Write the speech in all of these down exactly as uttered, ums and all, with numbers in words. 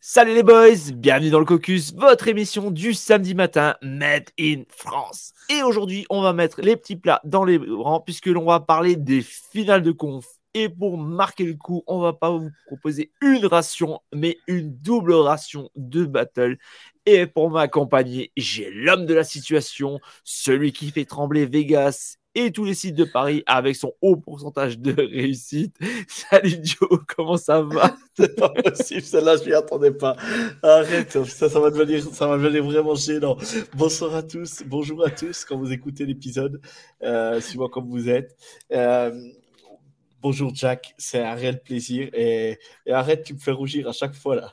Salut les boys, bienvenue dans le Caucus, votre émission du samedi matin Made in France. Et aujourd'hui, on va mettre les petits plats dans les rangs puisque l'on va parler des finales de conf. Et pour marquer le coup, on va pas vous proposer une ration, mais une double ration de battle. Et pour m'accompagner, j'ai l'homme de la situation, celui qui fait trembler Vegas et tous les sites de Paris avec son haut pourcentage de réussite. Salut Joe, comment ça va? C'est pas possible, celle-là, je m'y attendais pas. Arrête, ça, ça va devenir, ça va devenir vraiment gênant. Bonsoir à tous, bonjour à tous quand vous écoutez l'épisode, euh, suivant comme vous êtes. Euh, bonjour Jack, c'est un réel plaisir et, et arrête, tu me fais rougir à chaque fois là.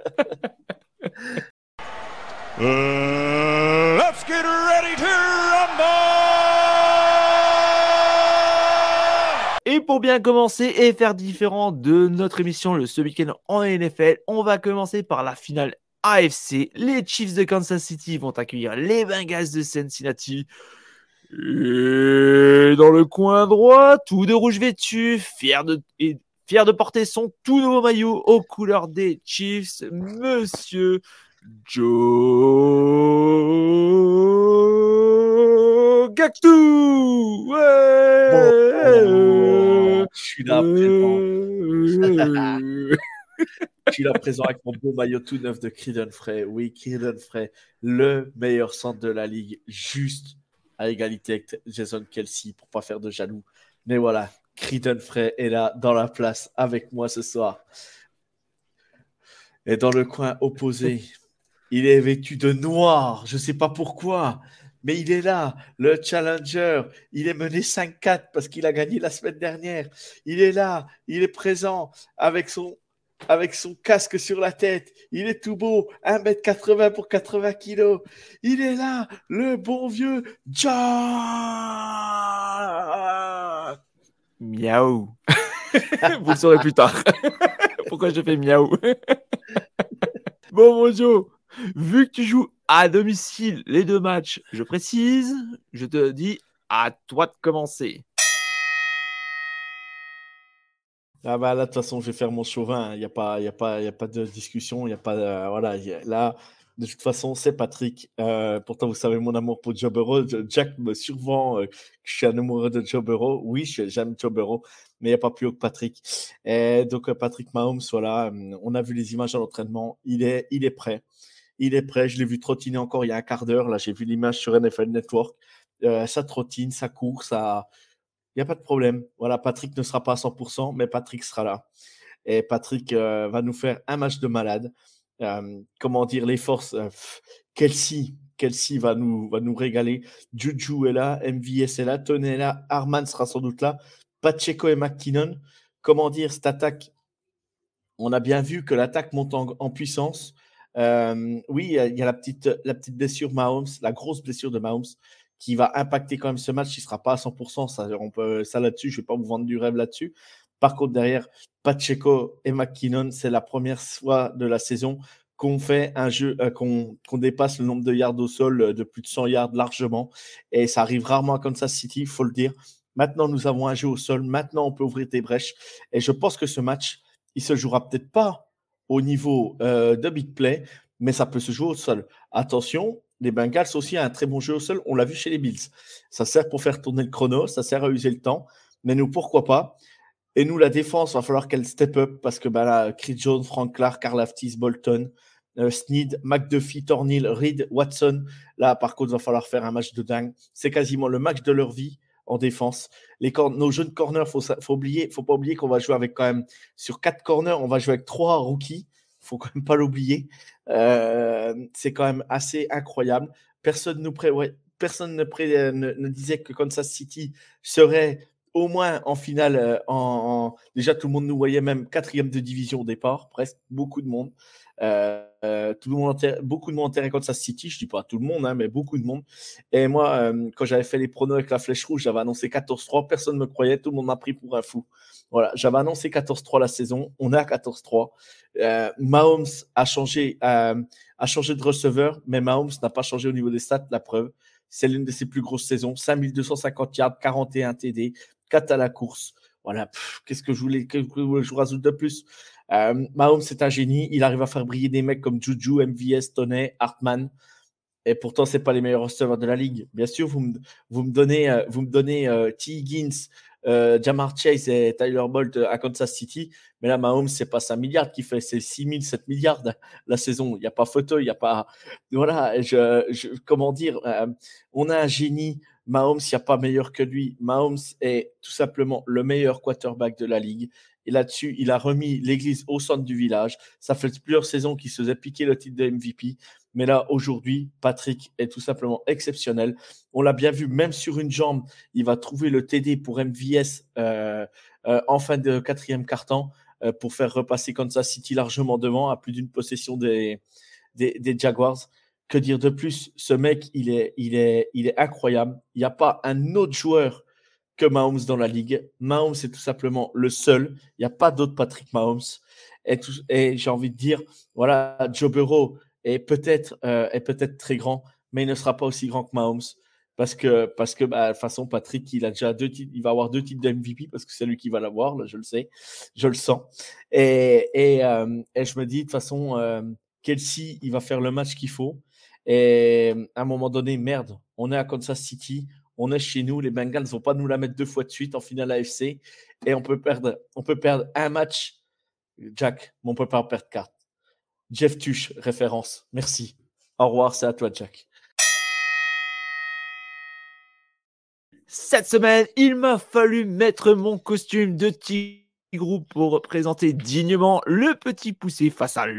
Uh, let's get ready to rumble! Et pour bien commencer et faire différent de notre émission le ce week-end en N F L, on va commencer par la finale A F C. Les Chiefs de Kansas City vont accueillir les Bengals de Cincinnati. Et dans le coin droit, tout de rouge vêtu, fier de, et, fier de porter son tout nouveau maillot aux couleurs des Chiefs, Monsieur Joe Gactou. Ouais. Bon, oh, je suis là présent. Je suis là présent avec mon beau maillot tout neuf de Creedon Frey. Oui, Creedon Frey, le meilleur centre de la ligue, juste à égalité avec Jason Kelce pour pas faire de jaloux. Mais voilà, Creedon Frey est là dans la place avec moi ce soir. Et dans le coin opposé, il est vêtu de noir. Je sais pas pourquoi, mais il est là, le challenger. Il est mené cinq quatre parce qu'il a gagné la semaine dernière. Il est là, il est présent avec son avec son casque sur la tête. Il est tout beau, un mètre quatre-vingts pour quatre-vingts kilos. Il est là, le bon vieux Jack. Miaou. Vous le saurez plus tard. Pourquoi je fais miaou. Bon, mon Joe, vu que tu joues à domicile les deux matchs, je précise, je te dis à toi de commencer. Ah bah là, de toute façon, je vais faire mon chauvin. Il n'y a pas, il y a pas, il y a pas de discussion. Il y a pas, euh, voilà. Y a, là, de toute façon, c'est Patrick. Euh, pourtant, vous savez mon amour pour Joe Burrow. Jack me survend euh, que je suis un amoureux de Joe Burrow. Oui, j'aime Joe Burrow, mais il n'y a pas plus haut que Patrick. Et donc, euh, Patrick Mahomes, voilà. On a vu les images à l'entraînement. Il est, il est prêt. Il est prêt. Je l'ai vu trottiner encore il y a un quart d'heure. Là, j'ai vu l'image sur N F L Network. Euh, ça trottine, ça court, ça. Il n'y a pas de problème. Voilà, Patrick ne sera pas à cent pour cent, mais Patrick sera là. Et Patrick euh, va nous faire un match de malade. Euh, comment dire, les forces. Euh, Kelce, Kelce va nous, va nous régaler. Juju est là, M V S est là, Tony est là, Arman sera sans doute là, Pacheco et McKinnon. Comment dire, cette attaque, on a bien vu que l'attaque monte en, en puissance. Euh, oui, il y a, il y a la, petite, la petite blessure Mahomes, la grosse blessure de Mahomes, qui va impacter quand même ce match. Il ne sera pas à cent pour cent. Ça, on peut, ça là-dessus, je ne vais pas vous vendre du rêve là-dessus. Par contre, derrière, Pacheco et McKinnon, c'est la première fois de la saison qu'on fait un jeu, euh, qu'on, qu'on dépasse le nombre de yards au sol de plus de cent yards largement. Et ça arrive rarement à Kansas City, il faut le dire. Maintenant, nous avons un jeu au sol. Maintenant, on peut ouvrir des brèches. Et je pense que ce match, il ne se jouera peut-être pas au niveau euh, de big play, mais ça peut se jouer au sol. Attention, les Bengals aussi ont un très bon jeu au sol. On l'a vu chez les Bills. Ça sert pour faire tourner le chrono, ça sert à user le temps. Mais nous, pourquoi pas? Et nous, la défense, il va falloir qu'elle step up parce que bah, là, Chris Jones, Frank Clark, Karl Aftis, Bolton, euh, Snead, McDuffie, Tornil, Reed, Watson. Là, par contre, il va falloir faire un match de dingue. C'est quasiment le match de leur vie en défense. Les cor- nos jeunes corners, il faut, faut, oublier, faut pas oublier qu'on va jouer avec quand même, sur quatre corners, on va jouer avec trois rookies. Il faut quand même pas l'oublier. Euh, c'est quand même assez incroyable. Personne, nous pré- ouais, personne ne, pré- ne, ne disait que Kansas City serait au moins en finale. Euh, en, en... Déjà, tout le monde nous voyait même quatrième de division au départ, presque beaucoup de monde. Euh, euh, tout le monde enterre, beaucoup de monde enterré Kansas City, je dis pas tout le monde, hein, mais beaucoup de monde. Et moi, euh, quand j'avais fait les pronos avec la flèche rouge, j'avais annoncé quatorze trois, personne ne me croyait, tout le monde m'a pris pour un fou. Voilà, j'avais annoncé quatorze trois la saison, on est à quatorze trois. Euh, Mahomes a changé, euh, a changé de receveur, mais Mahomes n'a pas changé au niveau des stats, la preuve. C'est l'une de ses plus grosses saisons, cinq mille deux cent cinquante yards, quarante et un T D, quatre à la course. Voilà, pff, qu'est-ce que je voulais que je vous rajoute de plus? Euh, Mahomes, c'est un génie. Il arrive à faire briller des mecs comme Juju, M V S, Toney, Hartman. Et pourtant, ce n'est pas les meilleurs receveurs de la ligue. Bien sûr, vous me, vous me donnez, euh, vous me donnez euh, T. Higgins, euh, Jamar Chase et Tyler Bolt à Kansas City. Mais là, Mahomes, ce n'est pas cinq milliards qu'il fait, c'est six mille, sept milliards la saison. Il n'y a pas photo, il n'y a pas. Voilà, je, je, comment dire, euh, on a un génie. Mahomes, il n'y a pas meilleur que lui. Mahomes est tout simplement le meilleur quarterback de la ligue. Et là-dessus, il a remis l'église au centre du village. Ça fait plusieurs saisons qu'il se faisait piquer le titre de M V P. Mais là, aujourd'hui, Patrick est tout simplement exceptionnel. On l'a bien vu, même sur une jambe, il va trouver le T D pour M V S euh, euh, en fin de quatrième quart-temps euh, pour faire repasser Kansas City largement devant, à plus d'une possession des, des, des Jaguars. Que dire de plus? Ce mec, il est, il est, il est incroyable. Il n'y a pas un autre joueur que Mahomes dans la ligue. Mahomes, c'est tout simplement le seul. Il n'y a pas d'autre Patrick Mahomes. Et, tout, et j'ai envie de dire, voilà, Joe Burrow est peut-être, euh, est peut-être très grand, mais il ne sera pas aussi grand que Mahomes. Parce que, parce que bah, de toute façon, Patrick, il a déjà deux titres, il va avoir deux titres de M V P parce que c'est lui qui va l'avoir, là, je le sais, je le sens. Et, et, euh, et je me dis, de toute façon, euh, Kelsey, il va faire le match qu'il faut. Et à un moment donné, merde, on est à Kansas City, on est chez nous, les Bengals ne vont pas nous la mettre deux fois de suite en finale A F C, et on peut perdre, on peut perdre un match, Jack, mais on ne peut pas en perdre quatre. Jeff Tuch, référence. Merci. Au revoir, c'est à toi, Jack. Cette semaine, il m'a fallu mettre mon costume de Tigrou pour représenter dignement le petit poussé face à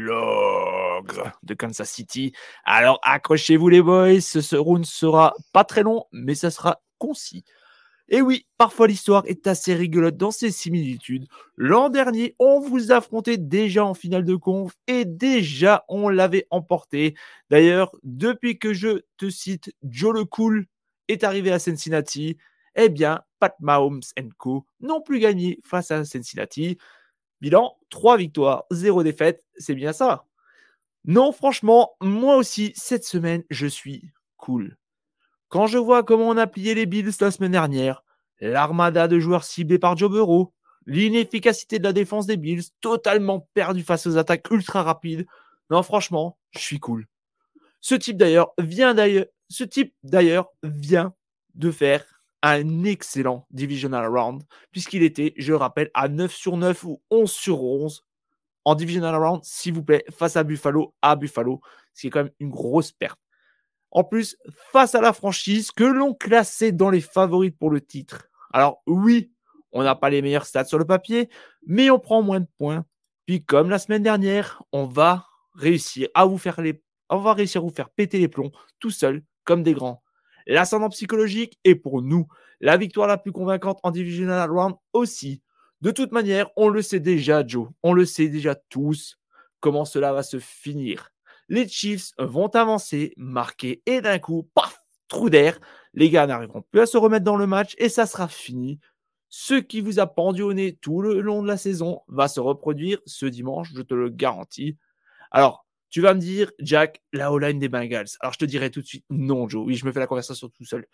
l'ogre de Kansas City. Alors accrochez-vous les boys, ce round sera pas très long, mais ça sera concis. Et oui, parfois l'histoire est assez rigolote dans ses similitudes. L'an dernier, on vous affrontait déjà en finale de conf et déjà on l'avait emporté. D'ailleurs, depuis que je te cite, Joe le Cool est arrivé à Cincinnati, eh bien, Pat Mahomes and Co n'ont plus gagné face à Cincinnati. Bilan, trois victoires, zéro défaite, c'est bien ça. Non, franchement, moi aussi, cette semaine, je suis cool. Quand je vois comment on a plié les Bills la semaine dernière, l'armada de joueurs ciblés par Joe Burrow, l'inefficacité de la défense des Bills, totalement perdu face aux attaques ultra rapides, non franchement, je suis cool. Ce type d'ailleurs vient d'ailleurs, ce type d'ailleurs vient de faire un excellent divisional round puisqu'il était, je rappelle, à neuf sur neuf ou onze sur onze en divisional round, s'il vous plaît, face à Buffalo, à Buffalo, ce qui est quand même une grosse perte. En plus, face à la franchise que l'on classait dans les favoris pour le titre. Alors oui, on n'a pas les meilleurs stats sur le papier, mais on prend moins de points. Puis comme la semaine dernière, on va réussir à vous faire les, on va réussir à vous faire péter les plombs tout seul, comme des grands. L'ascendant psychologique est pour nous la victoire la plus convaincante en divisional round aussi. De toute manière, on le sait déjà, Joe. On le sait déjà tous comment cela va se finir. Les Chiefs vont avancer, marquer et d'un coup, paf, trou d'air. Les gars n'arriveront plus à se remettre dans le match et ça sera fini. Ce qui vous a pendu au nez tout le long de la saison va se reproduire ce dimanche, je te le garantis. Alors, tu vas me dire, Jack, la O-line des Bengals. Alors, je te dirai tout de suite, non, Joe. Oui, je me fais la conversation tout seul.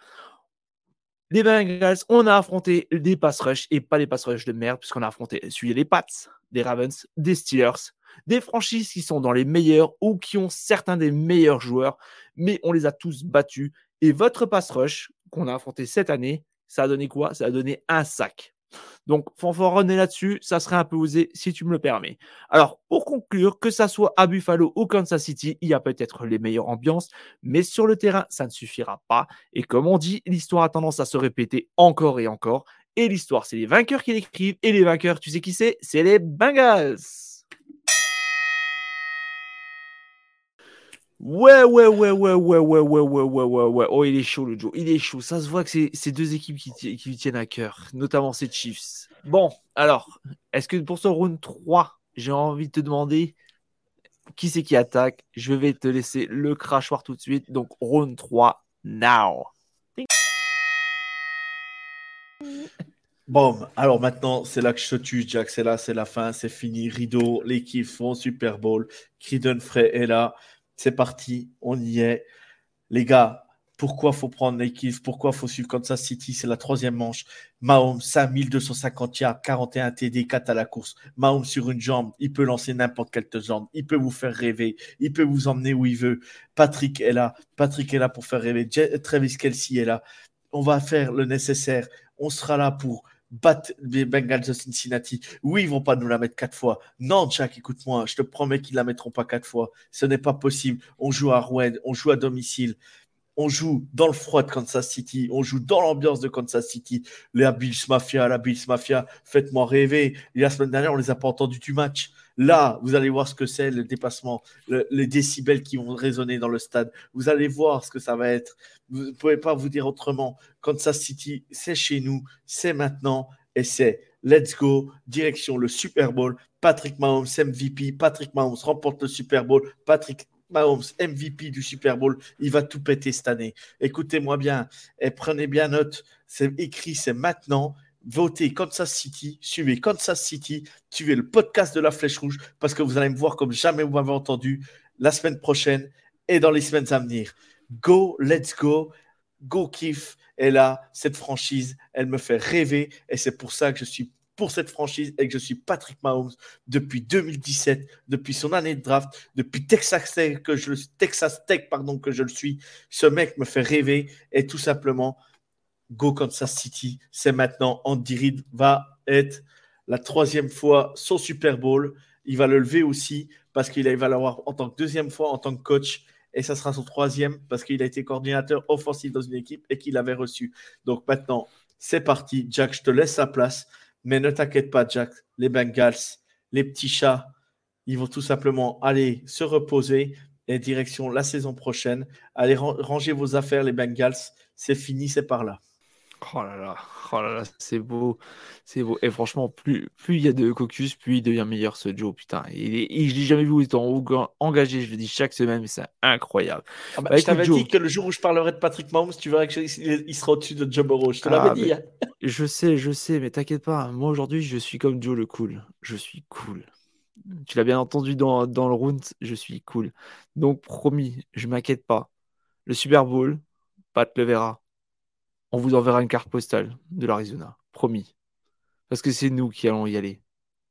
Les Bengals, on a affronté des pass rush et pas des pass rush de merde, puisqu'on a affronté celui des Pats, des Ravens, des Steelers, des franchises qui sont dans les meilleurs ou qui ont certains des meilleurs joueurs, mais on les a tous battus. Et votre pass rush qu'on a affronté cette année, ça a donné quoi? Ça a donné un sac. Donc, fanfaronner là-dessus, ça serait un peu osé si tu me le permets. Alors, pour conclure, que ça soit à Buffalo ou Kansas City, il y a peut-être les meilleures ambiances, mais sur le terrain, ça ne suffira pas. Et comme on dit, l'histoire a tendance à se répéter encore et encore. Et l'histoire, c'est les vainqueurs qui l'écrivent. Et les vainqueurs, tu sais qui c'est? C'est les Bengals. Ouais, ouais, ouais, ouais, ouais, ouais, ouais, ouais, ouais, ouais, ouais. Oh, il est chaud, le Joe. Il est chaud. Ça se voit que c'est ces deux équipes qui, qui lui tiennent à cœur, notamment ces Chiefs. Bon, alors, est-ce que pour ce round trois, j'ai envie de te demander qui c'est qui attaque? Je vais te laisser le crachoir tout de suite. Donc, round trois, now. Bon, alors maintenant, c'est là que je te tue, Jack. C'est là, c'est la fin, c'est fini. Rideau, l'équipe font Super Bowl. Creedon Frey est là. C'est parti, on y est. Les gars, Pourquoi faut prendre l'équipe? Pourquoi faut suivre Kansas City? C'est la troisième manche. Mahomes, cinq mille deux cent cinquante yards, quarante et un T D, quatre à la course. Mahomes sur une jambe, il peut lancer n'importe quelle jambe. Il peut vous faire rêver. Il peut vous emmener où il veut. Patrick est là. Patrick est là pour faire rêver. Je- Travis Kelce est là. On va faire le nécessaire. On sera là pour battre les Bengals de Cincinnati. Oui, ils vont pas nous la mettre quatre fois. Non, Jack, écoute-moi. Je te promets qu'ils la mettront pas quatre fois. Ce n'est pas possible. On joue à Rouen. On joue à domicile. On joue dans le froid de Kansas City, on joue dans l'ambiance de Kansas City. La Bills Mafia, la Bills Mafia, faites-moi rêver. Et la semaine dernière, on les a pas entendus du match. Là, vous allez voir ce que c'est, le dépassement, le- les décibels qui vont résonner dans le stade. Vous allez voir ce que ça va être. Vous ne pouvez pas vous dire autrement. Kansas City, c'est chez nous, c'est maintenant, et c'est let's go, direction le Super Bowl. Patrick Mahomes, M V P. Patrick Mahomes remporte le Super Bowl. Patrick Mahomes, M V P du Super Bowl, il va tout péter cette année. Écoutez-moi bien et prenez bien note. C'est écrit, c'est maintenant. Votez Kansas City, suivez Kansas City, suivez le podcast de la Flèche Rouge parce que vous allez me voir comme jamais vous m'avez entendu la semaine prochaine et dans les semaines à venir. Go, let's go, go kiff. Et là, cette franchise, elle me fait rêver et c'est pour ça que je suis pour cette franchise et que je suis Patrick Mahomes depuis deux mille dix-sept, depuis son année de draft, depuis Texas Tech que je, Texas Tech, pardon, que je le suis. Ce mec me fait rêver et tout simplement, go Kansas City. C'est maintenant. Andy Reid va être la troisième fois son Super Bowl. Il va le lever aussi parce qu'il va l'avoir en tant que deuxième fois en tant que coach. Et ça sera son troisième parce qu'il a été coordinateur offensif dans une équipe et qu'il avait reçu. Donc maintenant, c'est parti. Jack, je te laisse la place. Mais ne t'inquiète pas, Jack, les Bengals, les petits chats, ils vont tout simplement aller se reposer et direction la saison prochaine. Allez ranger vos affaires, les Bengals. C'est fini, c'est par là. Oh là là, oh là là, c'est beau, c'est beau. Et franchement, plus plus il y a de caucus, plus il devient meilleur ce Joe. Putain, il est, il- je l'ai jamais vu autant engagé. Je le dis chaque semaine, mais c'est incroyable. Ah bah, Bah, je écoute, t'avais Joe. dit que le jour où je parlerai de Patrick Mahomes, tu verras qu'il il sera au-dessus de Joe Burrow. Je te Ah, l'avais dit. mais- Hein. Je sais, je sais, mais t'inquiète pas. Moi aujourd'hui, je suis comme Joe le cool. Je suis cool. Tu l'as bien entendu dans, dans le round, je suis cool. Donc promis, je m'inquiète pas. Le Super Bowl, Pat le verra. On vous enverra une carte postale de l'Arizona. Promis. Parce que c'est nous qui allons y aller.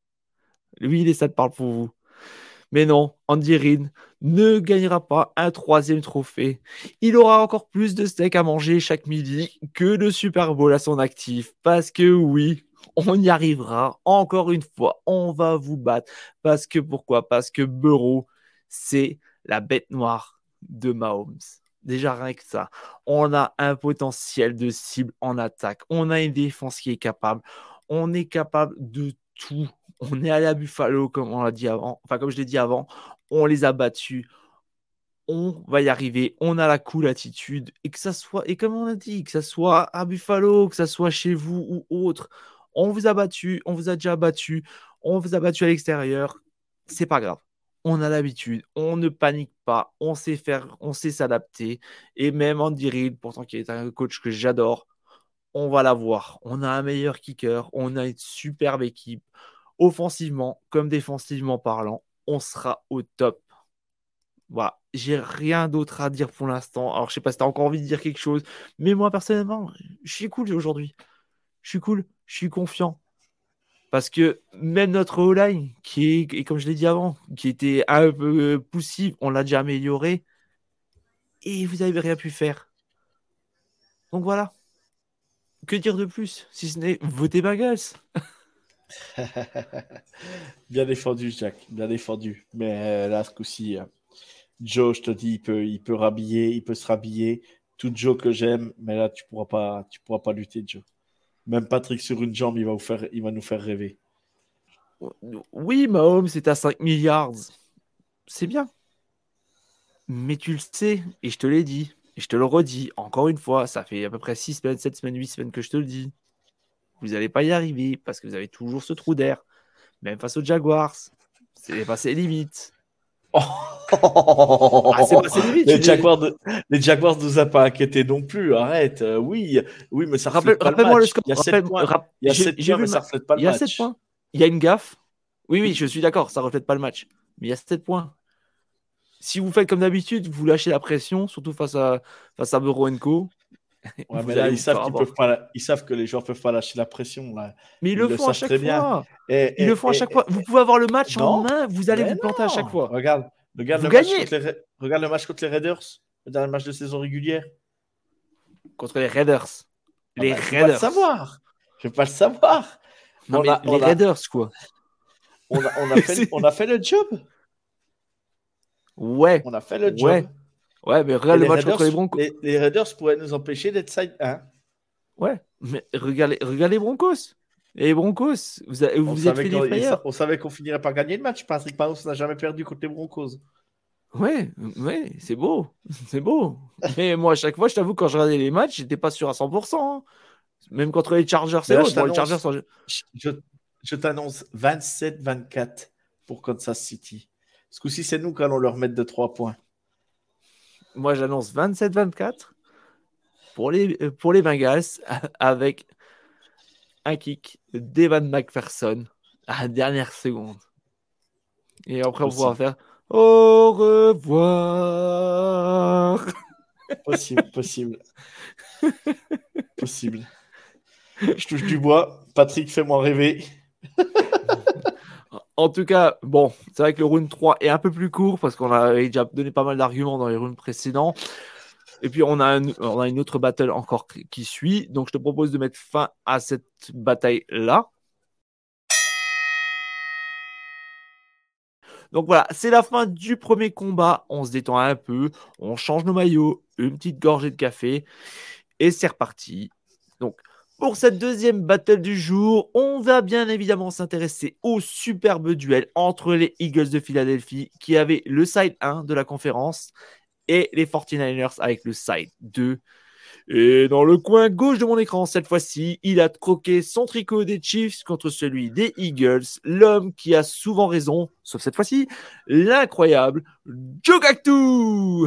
Oui, les stats parlent pour vous. Mais non, Andy Reid ne gagnera pas un troisième trophée. Il aura encore plus de steak à manger chaque midi que le Super Bowl à son actif. Parce que oui, on y arrivera. Encore une fois, on va vous battre. Parce que pourquoi? Parce que Burrow, c'est la bête noire de Mahomes. Déjà rien que ça. On a un potentiel de cible en attaque. On a une défense qui est capable. On est capable de tout. On est allé à Buffalo, comme on l'a dit avant. Enfin, comme je l'ai dit avant, on les a battus. On va y arriver. On a la cool attitude. Et que ça soit, et comme on a dit, que ça soit à Buffalo, que ça soit chez vous ou autre, on vous a battu, on vous a déjà battu, on vous a battu à l'extérieur. C'est pas grave. On a l'habitude, on ne panique pas, on sait faire, on sait s'adapter. Et même Andy Reid, pourtant qui est un coach que j'adore, on va l'avoir. On a un meilleur kicker, on a une superbe équipe. Offensivement comme défensivement parlant, on sera au top. Voilà, j'ai rien d'autre à dire pour l'instant. Alors, je sais pas si tu as encore envie de dire quelque chose, mais moi, personnellement, je suis cool aujourd'hui. Je suis cool, je suis confiant. Parce que même notre O-line, qui est, et comme je l'ai dit avant, qui était un peu poussif, on l'a déjà amélioré. Et vous n'avez rien pu faire. Donc voilà. Que dire de plus, si ce n'est votez Bengals. Bien défendu, Jack. Bien défendu. Mais euh, là, ce coup-ci, euh, Joe, je te dis, il peut, il peut rhabiller, il peut se rhabiller. Tout Joe que j'aime, mais là, tu pourras pas, tu pourras pas lutter, Joe. Même Patrick sur une jambe, il va, vous faire, il va nous faire rêver. Oui, Mahomes, c'est à cinq milliards. C'est bien. Mais tu le sais, et je te l'ai dit, et je te le redis, encore une fois, ça fait à peu près six semaines, sept semaines, huit semaines que je te le dis. Vous n'allez pas y arriver parce que vous avez toujours ce trou d'air. Même face aux Jaguars, c'est dépassé les limites. Oh ah, c'est passé les limites. Les Jaguars, de, les Jaguars ne nous a pas inquiétés non plus. Arrête. Euh, oui, oui, mais ça ne reflète pas le match. Le score. Il y a sept points, rap- il y a sept points mais ça ne reflète pas le il y a match. sept points. Il y a une gaffe. Oui, oui, je suis d'accord, ça ne reflète pas le match. Mais il y a sept points. Si vous faites comme d'habitude, vous lâchez la pression, surtout face à, face à Burrow and Co. Ouais, mais là, ils savent, qu'ils peuvent pas, ils savent que les joueurs ne peuvent pas lâcher la pression. Là. Mais ils, ils le font à chaque fois. Et, ils et, le font et, à chaque et, fois. Vous pouvez avoir le match non, en main, vous allez vous planter non. à chaque fois. Regarde, regarde, vous le, gagnez. match contre les, regarde le match contre les Raiders, le dernier match de saison régulière. Contre les Raiders. Les ah bah, Raiders. Je ne vais pas le savoir. Je ne vais pas le savoir. Non, on mais a, les on Raiders, a, quoi. On a, on, a fait, on a fait le job. Ouais. On a fait le job. Ouais. Ouais, mais regarde et le match Raiders, contre les Broncos. Les, les Raiders pourraient nous empêcher d'être side un. Ouais, mais regarde, regarde les Broncos. Et les Broncos, vous, a, vous, vous êtes fait des frayeurs. On savait qu'on finirait par gagner le match. Patrick Mahomes n'a jamais perdu contre les Broncos. Ouais, ouais, c'est beau. C'est beau. Mais moi, à chaque fois, je t'avoue, quand je regardais les matchs, j'étais pas sûr à cent pour cent. Hein. Même contre les Chargers, c'est bon. Bon, les Chargers sont... Je, je, je t'annonce vingt-sept vingt-quatre pour Kansas City. Ce coup-ci, c'est nous qui allons leur mettre de trois points. Moi, j'annonce vingt-sept vingt-quatre pour les, pour les Bengals avec un kick d'Evan McPherson à la dernière seconde. Et après, Possible. On pourra faire au revoir. Possible, possible. possible. Je touche du bois. Patrick, fais-moi rêver. En tout cas, bon, c'est vrai que le round trois est un peu plus court parce qu'on a déjà donné pas mal d'arguments dans les rounds précédents. Et puis, on a, un, on a une autre battle encore qui suit. Donc, je te propose de mettre fin à cette bataille-là. Donc, voilà, c'est la fin du premier combat. On se détend un peu. On change nos maillots. Une petite gorgée de café. Et c'est reparti. Donc, pour cette deuxième battle du jour, on va bien évidemment s'intéresser au superbe duel entre les Eagles de Philadelphie qui avaient le side un de la conférence et les forty-niners avec le side deux. Et dans le coin gauche de mon écran, cette fois-ci, il a croqué son tricot des Chiefs contre celui des Eagles, l'homme qui a souvent raison, sauf cette fois-ci, l'incroyable Joe Gactou.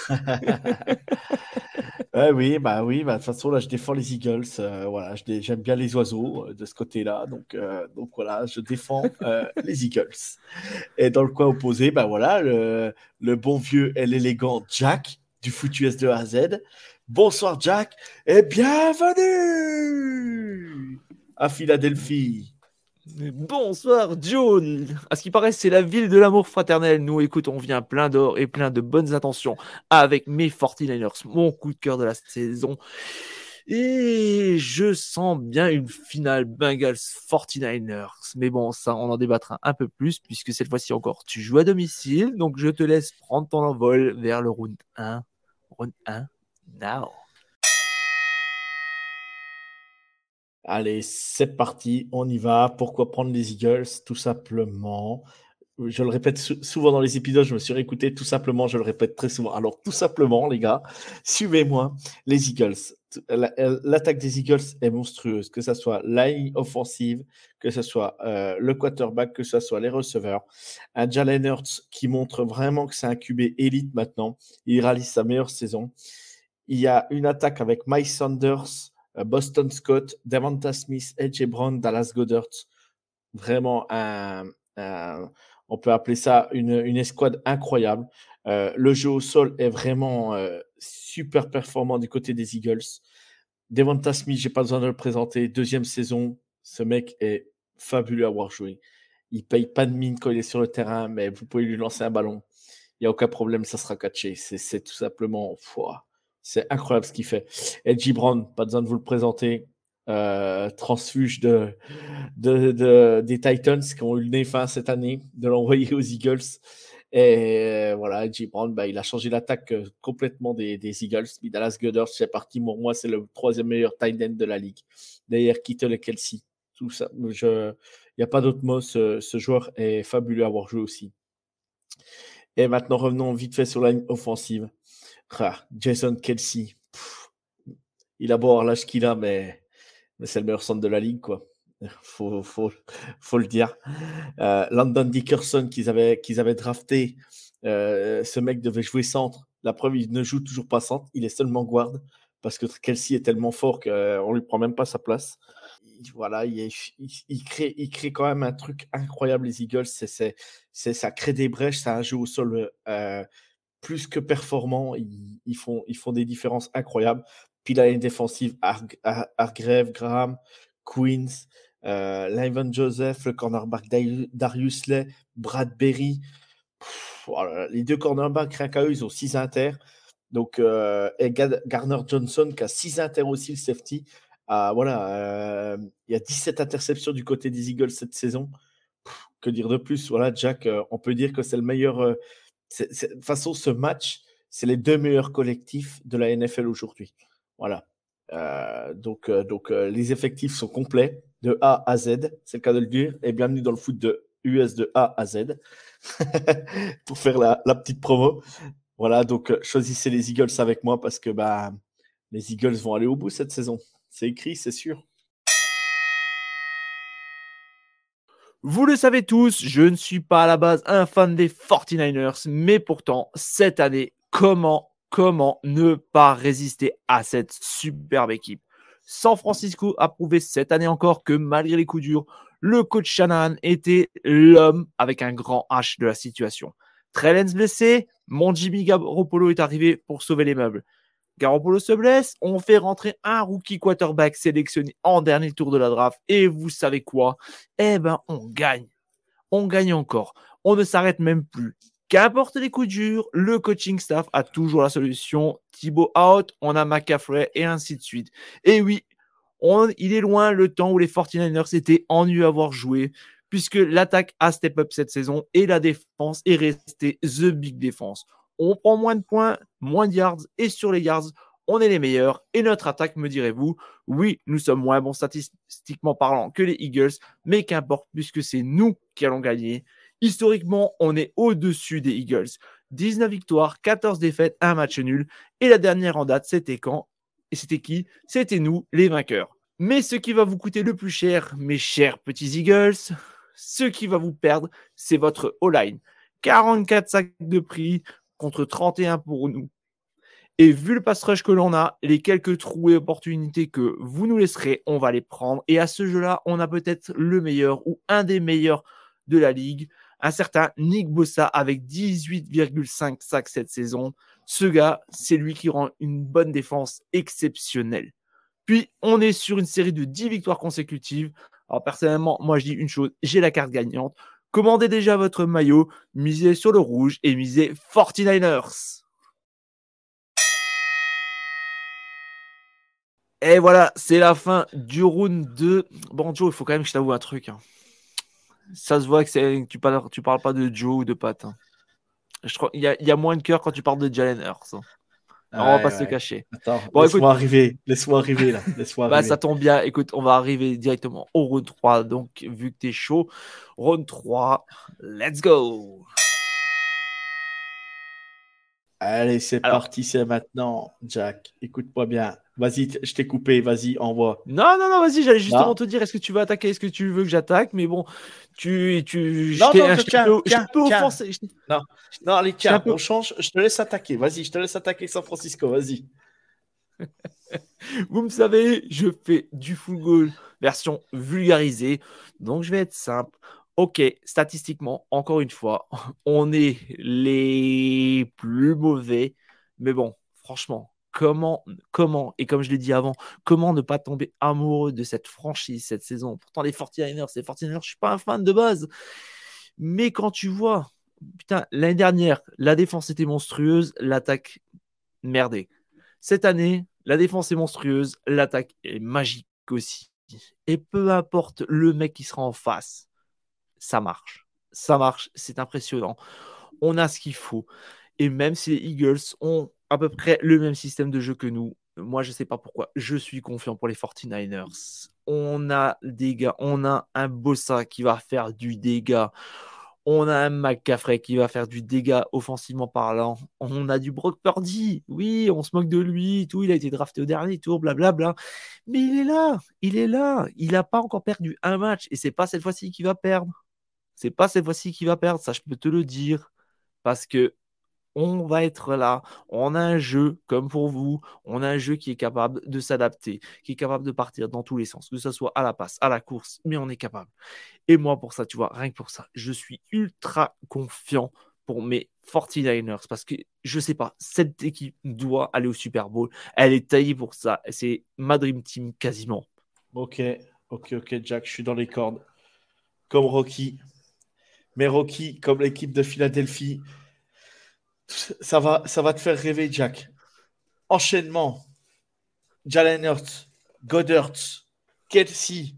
Ouais, oui, bah oui, bah de toute façon là je défends les Eagles, euh, voilà, je, j'aime bien les oiseaux euh, de ce côté-là, donc euh, donc voilà, je défends euh, les Eagles. Et dans le coin opposé, bah voilà, le, le bon vieux et l'élégant Jack du foutu S de A à Z. Bonsoir Jack et bienvenue à Philadelphie. Bonsoir Joe. À ce qui paraît, c'est la ville de l'amour fraternel. Nous, écoute, on vient plein d'or et plein de bonnes intentions avec mes forty-niners, mon coup de cœur de la saison. Et je sens bien une finale Bengals forty-niners. Mais bon, ça, on en débattra un peu plus puisque cette fois-ci encore, tu joues à domicile. Donc, je te laisse prendre ton envol vers le round un. Round un, now. Allez, c'est parti, on y va. Pourquoi prendre les Eagles? Tout simplement. Je le répète sou- souvent dans les épisodes, je me suis réécouté tout simplement, je le répète très souvent. Alors, tout simplement, les gars, suivez-moi, les Eagles. L'attaque des Eagles est monstrueuse, que ce soit la ligne offensive, que ce soit euh, le quarterback, que ce soit les receveurs. Un Jalen Hurts qui montre vraiment que c'est un Q B élite maintenant. Il réalise sa meilleure saison. Il y a une attaque avec Miles Sanders, Boston Scott, Devonta Smith, A J Brown, Dallas Goedert. Vraiment, un, un, on peut appeler ça une, une escouade incroyable. Euh, le jeu au sol est vraiment euh, super performant du côté des Eagles. Devonta Smith, je n'ai pas besoin de le présenter. Deuxième saison, ce mec est fabuleux à voir jouer. Il ne paye pas de mine quand il est sur le terrain, mais vous pouvez lui lancer un ballon. Il n'y a aucun problème, ça sera catché. C'est, c'est tout simplement... Fouah. C'est incroyable ce qu'il fait. A J Brown, pas besoin de vous le présenter. Euh, transfuge de, de, de, des Titans qui ont eu le nez fin cette année, de l'envoyer aux Eagles. Et euh, voilà, A J Brown, bah, il a changé l'attaque euh, complètement des, des Eagles. Mais Dallas Goedert, c'est parti. Pour moi, c'est le troisième meilleur tight end de la ligue. Derrière Kittle et Kelsey. Tout ça. Je, il n'y a pas d'autre mot. Ce, ce joueur est fabuleux à avoir joué aussi. Et maintenant, revenons vite fait sur la ligne offensive. Ah, Jason Kelsey, pff, il a beau avoir l'âge qu'il a, mais, mais c'est le meilleur centre de la ligue, quoi. Faut, faut, faut le dire. Euh, Landon Dickerson qu'ils avaient, qu'ils avaient drafté, euh, ce mec devait jouer centre. La preuve, il ne joue toujours pas centre, il est seulement guard parce que Kelsey est tellement fort qu'on ne lui prend même pas sa place. il, voilà, il, il, il, crée, il crée quand même un truc incroyable, les Eagles. C'est, c'est, c'est, ça crée des brèches, ça a un jeu au sol euh, plus que performant. Ils, ils, font, ils font des différences incroyables. Puis la ligne défensive, Har- Har- Hargrave, Graham, Queens, euh, Lyvan Joseph, le cornerback Darius Lay, Bradbury. Pff, voilà, les deux cornerbacks, rien qu'à eux, ils ont six inters. Donc, euh, et Garner Johnson qui a six inters aussi, le safety. Ah, voilà, euh, il y a dix-sept interceptions du côté des Eagles cette saison. Pff, que dire de plus? Voilà, Jack, euh, on peut dire que c'est le meilleur. Euh, c'est, c'est, de toute façon, ce match, c'est les deux meilleurs collectifs de la N F L aujourd'hui. Voilà. Euh, donc, euh, donc euh, les effectifs sont complets de A à Z, c'est le cas de le dire. Et bienvenue dans le foot de U S de A à Z pour faire la, la petite promo. Voilà, donc euh, choisissez les Eagles avec moi parce que bah, les Eagles vont aller au bout cette saison. C'est écrit, c'est sûr. Vous le savez tous, je ne suis pas à la base un fan des forty-niners, mais pourtant, cette année, comment, comment ne pas résister à cette superbe équipe? San Francisco a prouvé cette année encore que malgré les coups durs, le coach Shanahan était l'homme avec un grand H de la situation. Trey Lance blessé, mon Jimmy Garoppolo est arrivé pour sauver les meubles. Garoppolo se blesse, on fait rentrer un rookie quarterback sélectionné en dernier tour de la draft. Et vous savez quoi? Eh ben, on gagne. On gagne encore. On ne s'arrête même plus. Qu'importe les coups durs, le coaching staff a toujours la solution. Thibaut out, on a McCaffrey et ainsi de suite. Et oui, on, il est loin le temps où les forty-niners étaient ennuyeux à avoir joué, puisque l'attaque a step up cette saison et la défense est restée the big défense. On prend moins de points, moins de yards, et sur les yards, on est les meilleurs. Et notre attaque, me direz-vous, oui, nous sommes moins bons statistiquement parlant que les Eagles, mais qu'importe, puisque c'est nous qui allons gagner. Historiquement, on est au-dessus des Eagles. dix-neuf victoires, quatorze défaites, un match nul. Et la dernière en date, c'était quand? Et c'était qui? C'était nous, les vainqueurs. Mais ce qui va vous coûter le plus cher, mes chers petits Eagles, ce qui va vous perdre, c'est votre O-line. quarante-quatre sacs de prix contre trente et un pour nous. Et vu le pass rush que l'on a, les quelques trous et opportunités que vous nous laisserez, on va les prendre. Et à ce jeu-là, on a peut-être le meilleur ou un des meilleurs de la ligue. Un certain Nick Bosa avec dix-huit virgule cinq sacs cette saison. Ce gars, c'est lui qui rend une bonne défense exceptionnelle. Puis, on est sur une série de dix victoires consécutives. Alors, personnellement, moi, je dis une chose, j'ai la carte gagnante. Commandez déjà votre maillot, misez sur le rouge et misez forty-niners. Et voilà, c'est la fin du round deux. Bon, Joe, il faut quand même que je t'avoue un truc. Hein. Ça se voit que c'est, tu parles, tu parles pas de Joe ou de Pat. Hein. Je crois, il y a, y a moins de cœur quand tu parles de Jalen Hurts. Hein. Alors, ouais, on va pas ouais. se cacher. Attends, bon, laisse-moi écoute, arriver. Laisse-moi arriver là. Laisse-moi bah, arriver. ça tombe bien. Écoute, on va arriver directement au round trois. Donc, vu que tu es chaud, round trois, let's go. Allez, c'est Alors, parti, c'est maintenant, Jack. Écoute-moi bien. Vas-y, t- je t'ai coupé, vas-y, envoie. Non, non, non, vas-y, j'allais justement non. te dire, est-ce que tu veux attaquer, est-ce que tu veux que j'attaque, mais bon, tu... tu non, non, un, tiens, peu, tiens, peu tiens. offensé. Non, non, allez, tiens, peu... on change, je te laisse attaquer, vas-y, je te laisse attaquer San Francisco, vas-y. Vous me savez, je fais du full goal version vulgarisée, donc je vais être simple. Ok, statistiquement, encore une fois, on est les plus mauvais, mais bon, franchement, comment, comment, et comme je l'ai dit avant, comment ne pas tomber amoureux de cette franchise cette saison? Pourtant, les forty-niners, les forty-niners, je suis pas un fan de base, mais quand tu vois, putain, l'année dernière, la défense était monstrueuse, l'attaque merdée. Cette année, la défense est monstrueuse, l'attaque est magique aussi. Et peu importe le mec qui sera en face, ça marche. Ça marche, c'est impressionnant. On a ce qu'il faut. Et même si les Eagles ont à peu près le même système de jeu que nous, moi, je ne sais pas pourquoi, je suis confiant pour les forty-niners. On a des gars, on a un Bosa qui va faire du dégât. On a un McCaffrey qui va faire du dégât offensivement parlant. On a du Brock Purdy. Oui, on se moque de lui. Tout, il a été drafté au dernier tour, blablabla. Mais il est là. Il est là. Il n'a pas encore perdu un match. Et c'est pas cette fois-ci qu'il va perdre. C'est pas cette fois-ci qu'il va perdre. Ça, je peux te le dire. Parce que On va être là. On a un jeu, comme pour vous, on a un jeu qui est capable de s'adapter, qui est capable de partir dans tous les sens, que ce soit à la passe, à la course, mais on est capable. Et moi, pour ça, tu vois, rien que pour ça, je suis ultra confiant pour mes forty-niners parce que je sais pas, cette équipe doit aller au Super Bowl. Elle est taillée pour ça. C'est ma dream team quasiment. Ok, ok, ok, Jack, je suis dans les cordes. Comme Rocky. Mais Rocky, comme l'équipe de Philadelphie, ça va, ça va te faire rêver, Jack. Enchaînement. Jalen Hurts, Goddard, Kelsey,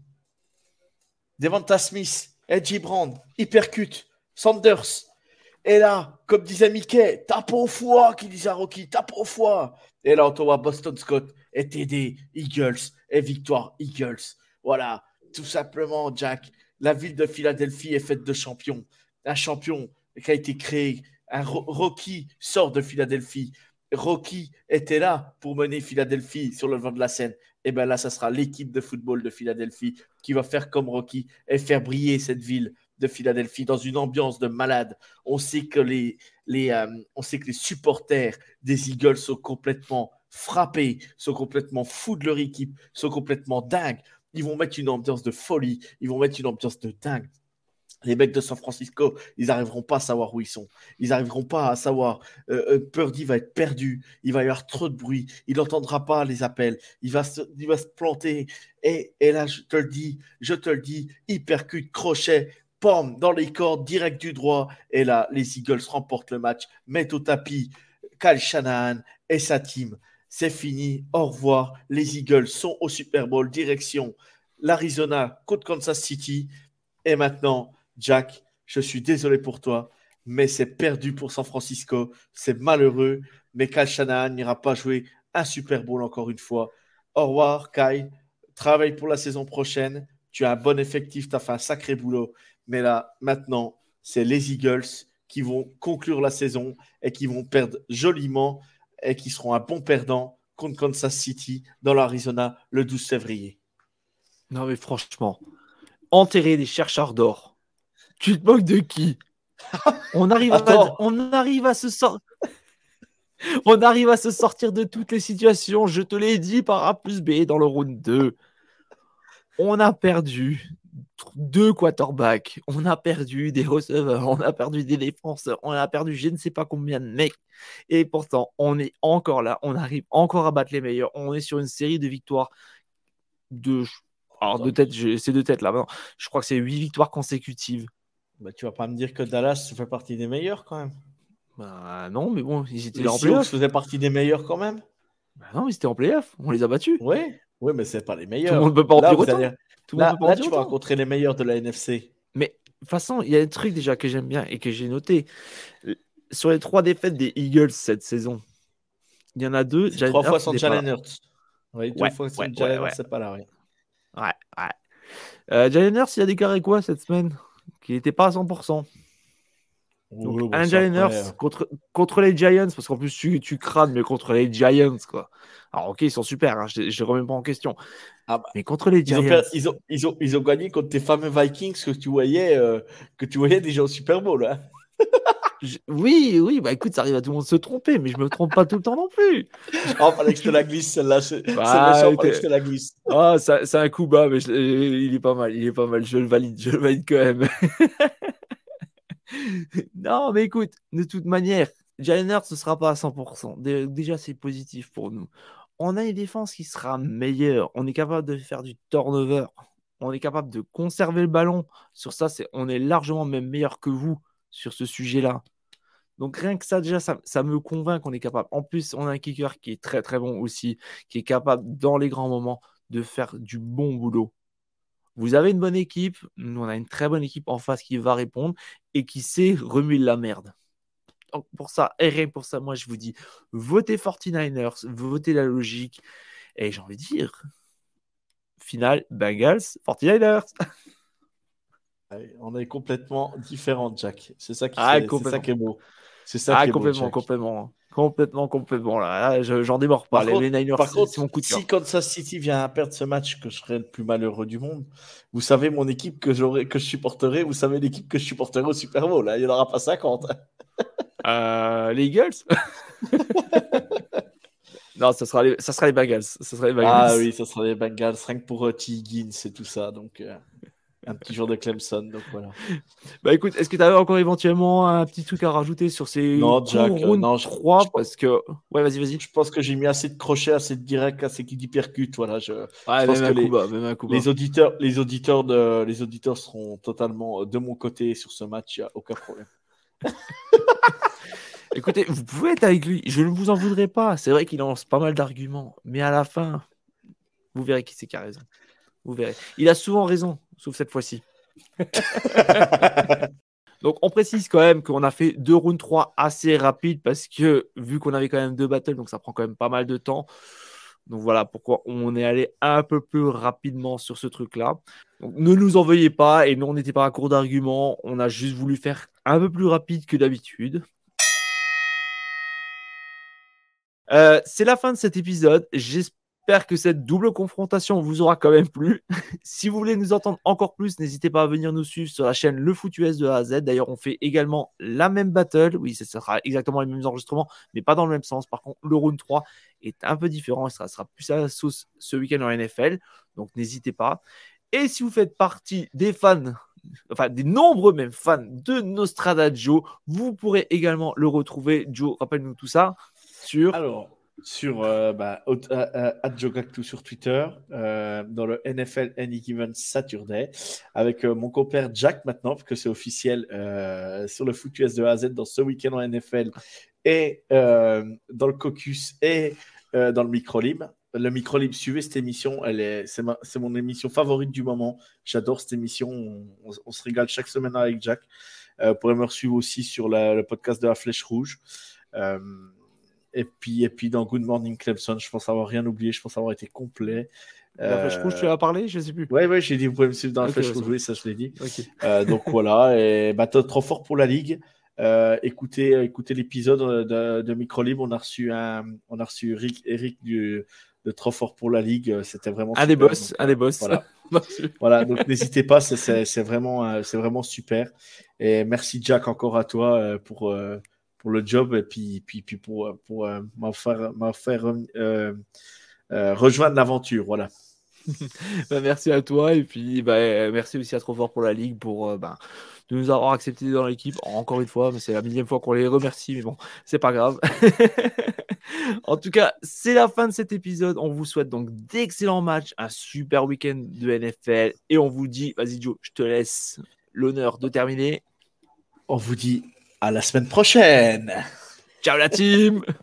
Devonta Smith, Edgy Brand, Hypercute, Sanders. Et là, comme disait Mickey, tape au foie, qui disait à Rocky, tape au foie. Et là, on te voit Boston Scott et T D, Eagles, et victoire Eagles. Voilà, tout simplement, Jack. La ville de Philadelphie est faite de champions. Un champion qui a été créé. Un Ro- Rocky sort de Philadelphie. Rocky était là pour mener Philadelphie sur le devant de la scène. Et bien là, ça sera l'équipe de football de Philadelphie qui va faire comme Rocky et faire briller cette ville de Philadelphie dans une ambiance de malade. On sait que les, les, euh, on sait que les supporters des Eagles sont complètement frappés, sont complètement fous de leur équipe, sont complètement dingues. Ils vont mettre une ambiance de folie, ils vont mettre une ambiance de dingue. Les mecs de San Francisco, ils n'arriveront pas à savoir où ils sont. Ils n'arriveront pas à savoir. Euh, euh, Purdy va être perdu. Il va y avoir trop de bruit. Il n'entendra pas les appels. Il va se, il va se planter. Et, et là, je te le dis, je te le dis, hypercute, crochet, pom, dans les cordes, direct du droit. Et là, les Eagles remportent le match, mettent au tapis Kyle Shanahan et sa team. C'est fini. Au revoir. Les Eagles sont au Super Bowl, direction l'Arizona contre Kansas City. Et maintenant, Jack, je suis désolé pour toi, mais c'est perdu pour San Francisco. C'est malheureux, mais Kyle Shanahan n'ira pas jouer un Super Bowl encore une fois. Au revoir, Kyle. Travaille pour la saison prochaine. Tu as un bon effectif, tu as fait un sacré boulot. Mais là, maintenant, c'est les Eagles qui vont conclure la saison et qui vont perdre joliment et qui seront un bon perdant contre Kansas City dans l'Arizona le douze février. Non, mais franchement, enterrer des chercheurs d'or. Tu te moques de qui? On arrive, à, on arrive à se sortir. On arrive à se sortir de toutes les situations. Je te l'ai dit par A plus B dans le round deux. On a perdu deux quarterbacks. On a perdu des receveurs. On a perdu des défenseurs. On a perdu je ne sais pas combien de mecs. Et pourtant, on est encore là. On arrive encore à battre les meilleurs. On est sur une série de victoires de... Alors, de tête, c'est de tête là. Non, je crois que c'est huit victoires consécutives. Bah, tu vas pas me dire que Dallas fait partie des meilleurs quand même. Bah non, mais bon, ils étaient les en playoff. Ils faisaient partie des meilleurs quand même. Bah non, ils étaient en playoff. On les a battus. Oui, oui, mais c'est pas les meilleurs. Tout le monde peut pas en là, dire autant. Allez... Tout là, le monde peut pas là en dire tu autant. vas rencontrer les meilleurs de la N F C. Mais de toute façon, il y a un truc déjà que j'aime bien et que j'ai noté. Sur les trois défaites des Eagles cette saison, il y en a deux. C'est trois fois sans Jalen Hurts. Oui, deux ouais, fois sans ouais, Jalen ouais, Hurts, c'est pas là. Oui. Ouais, ouais. Euh, Jalen Hurts, il a déclaré quoi cette semaine? Qu'il n'était pas à cent pour cent. Donc, oui, bon, un Jalen Hurts euh... contre, contre les Giants, parce qu'en plus tu, tu crades, mais contre les Giants, quoi. Alors, ok, ils sont super, hein, je ne les remets pas en question. Ah bah, mais contre les Giants. Ils ont, per... ils, ont, ils, ont, ils ont gagné contre tes fameux Vikings que tu voyais, euh, que tu voyais déjà au Super Bowl. Hein. je... Oui, oui, bah écoute, ça arrive à tout le monde de se tromper, mais je me trompe pas tout le temps non plus. Oh, fallait que je te la glisse, celle-là. C'est bah, méchant, fallait que je te la glisse. Oh, c'est un coup bas, mais je... il est pas mal, il est pas mal, je le valide, je le valide quand même. Non, mais écoute, de toute manière, Jalen Hurts ne sera pas à cent pour cent. Déjà, c'est positif pour nous. On a une défense qui sera meilleure. On est capable de faire du turnover. On est capable de conserver le ballon. Sur ça, c'est, on est largement même meilleur que vous sur ce sujet-là. Donc rien que ça, déjà, ça, ça me convainc qu'on est capable. En plus, on a un kicker qui est très très bon aussi, qui est capable, dans les grands moments, de faire du bon boulot. Vous avez une bonne équipe, nous on a une très bonne équipe en face qui va répondre et qui sait remuer la merde. Donc pour ça, et rien pour ça, moi je vous dis, votez forty-niners, votez la logique, et j'ai envie de dire, finale, Bengals, forty-niners. On est complètement différents, Jack. C'est ça qui, ah, fait, c'est ça qui est beau. C'est ça ah, qui est complètement, beau, complètement. Complètement, complètement. Là, là j'en démords pas. Par les, contre, les Niners, par c'est, contre c'est mon coup de cœur. Si Kansas City vient à perdre ce match, que je serai le plus malheureux du monde, vous savez mon équipe que, j'aurai, que je supporterai, vous savez l'équipe que je supporterai au Super Bowl. Là. Il n'y en aura pas cinquante. Euh, les Eagles. Non, ça sera les, ça sera les Bengals. Ça sera les Bengals. Ah oui, ça sera les Bengals, rien que pour uh, T. Higgins et tout ça. Donc, euh, un petit jour de Clemson. Donc voilà. Bah écoute, est-ce que tu avais encore éventuellement un petit truc à rajouter sur ces non, Jack, round euh, non, je, trois je, parce que ouais, vas-y, vas-y. Je pense que j'ai mis assez de crochets, assez de directs, assez qui percute. Voilà, je, ouais, je pense que les, bas, même un coup les auditeurs, les auditeurs de, les auditeurs seront totalement de mon côté sur ce match. Il n'y a aucun problème. Écoutez, vous pouvez être avec lui. Je ne vous en voudrais pas. C'est vrai qu'il lance pas mal d'arguments, mais à la fin, vous verrez qui c'est qui a raison. Vous verrez. Il a souvent raison, sauf cette fois-ci. Donc, on précise quand même qu'on a fait deux rounds trois assez rapides parce que, vu qu'on avait quand même deux battles, donc ça prend quand même pas mal de temps. Donc, voilà pourquoi on est allé un peu plus rapidement sur ce truc-là. Donc, ne nous en veuillez pas et nous, on n'était pas à court d'arguments. On a juste voulu faire un peu plus rapide que d'habitude. Euh, c'est la fin de cet épisode. J'espère que cette double confrontation vous aura quand même plu. Si vous voulez nous entendre encore plus, n'hésitez pas à venir nous suivre sur la chaîne Le Foot U S de A à Z. D'ailleurs, on fait également la même battle. Oui, ce sera exactement les mêmes enregistrements, mais pas dans le même sens. Par contre, le round trois est un peu différent. Ça sera plus à la sauce ce week-end en N F L. Donc, n'hésitez pas. Et si vous faites partie des fans, enfin des nombreux même fans de Nostrada Joe, vous pourrez également le retrouver. Joe, rappelle-nous tout ça. Sur... Alors, sur euh, bah, @jogactu sur Twitter, euh, dans le N F L Any Given Saturday, avec euh, mon compère Jack maintenant, parce que c'est officiel, euh, sur le Foot U S de A à Z dans ce week-end en N F L et euh, dans le caucus et euh, dans le micro-lib. Le micro-lib, suivez cette émission, elle est, c'est, ma, c'est mon émission favorite du moment. J'adore cette émission, on, on, on se régale chaque semaine avec Jack. Euh, vous pourrez me suivre aussi sur la, le podcast de la Flèche Rouge. Euh, Et puis, et puis dans Good Morning Clemson, je pense avoir rien oublié, je pense avoir été complet. La Flèche Rouge, tu as parlé, je ne sais plus. Oui, ouais, j'ai dit, vous pouvez me suivre dans la okay, Flèche Rouge, ouais, oui, ça je l'ai dit. Okay. Euh, donc voilà, et bah, trop fort pour la Ligue. Euh, écoutez, écoutez l'épisode de, de Micro Libre, on a reçu, un, on a reçu Eric, Eric du, de Trop fort pour la Ligue, c'était vraiment un super. Des boss, donc, un euh, des boss, voilà. Voilà, donc n'hésitez pas, c'est, c'est, c'est, vraiment, c'est vraiment super. Et merci Jack encore à toi pour... Euh, pour le job et puis, puis, puis pour, pour euh, m'en faire, m'en faire euh, euh, rejoindre l'aventure. Voilà. bah, merci à toi et puis bah, merci aussi à Trop Fort pour la Ligue pour euh, bah, de nous avoir acceptés dans l'équipe. Encore une fois, mais c'est la millième fois qu'on les remercie, mais bon, c'est pas grave. En tout cas, c'est la fin de cet épisode. On vous souhaite donc d'excellents matchs, un super week-end de N F L et on vous dit, vas-y Joe, je te laisse l'honneur de terminer. On vous dit à la semaine prochaine. Ciao la team.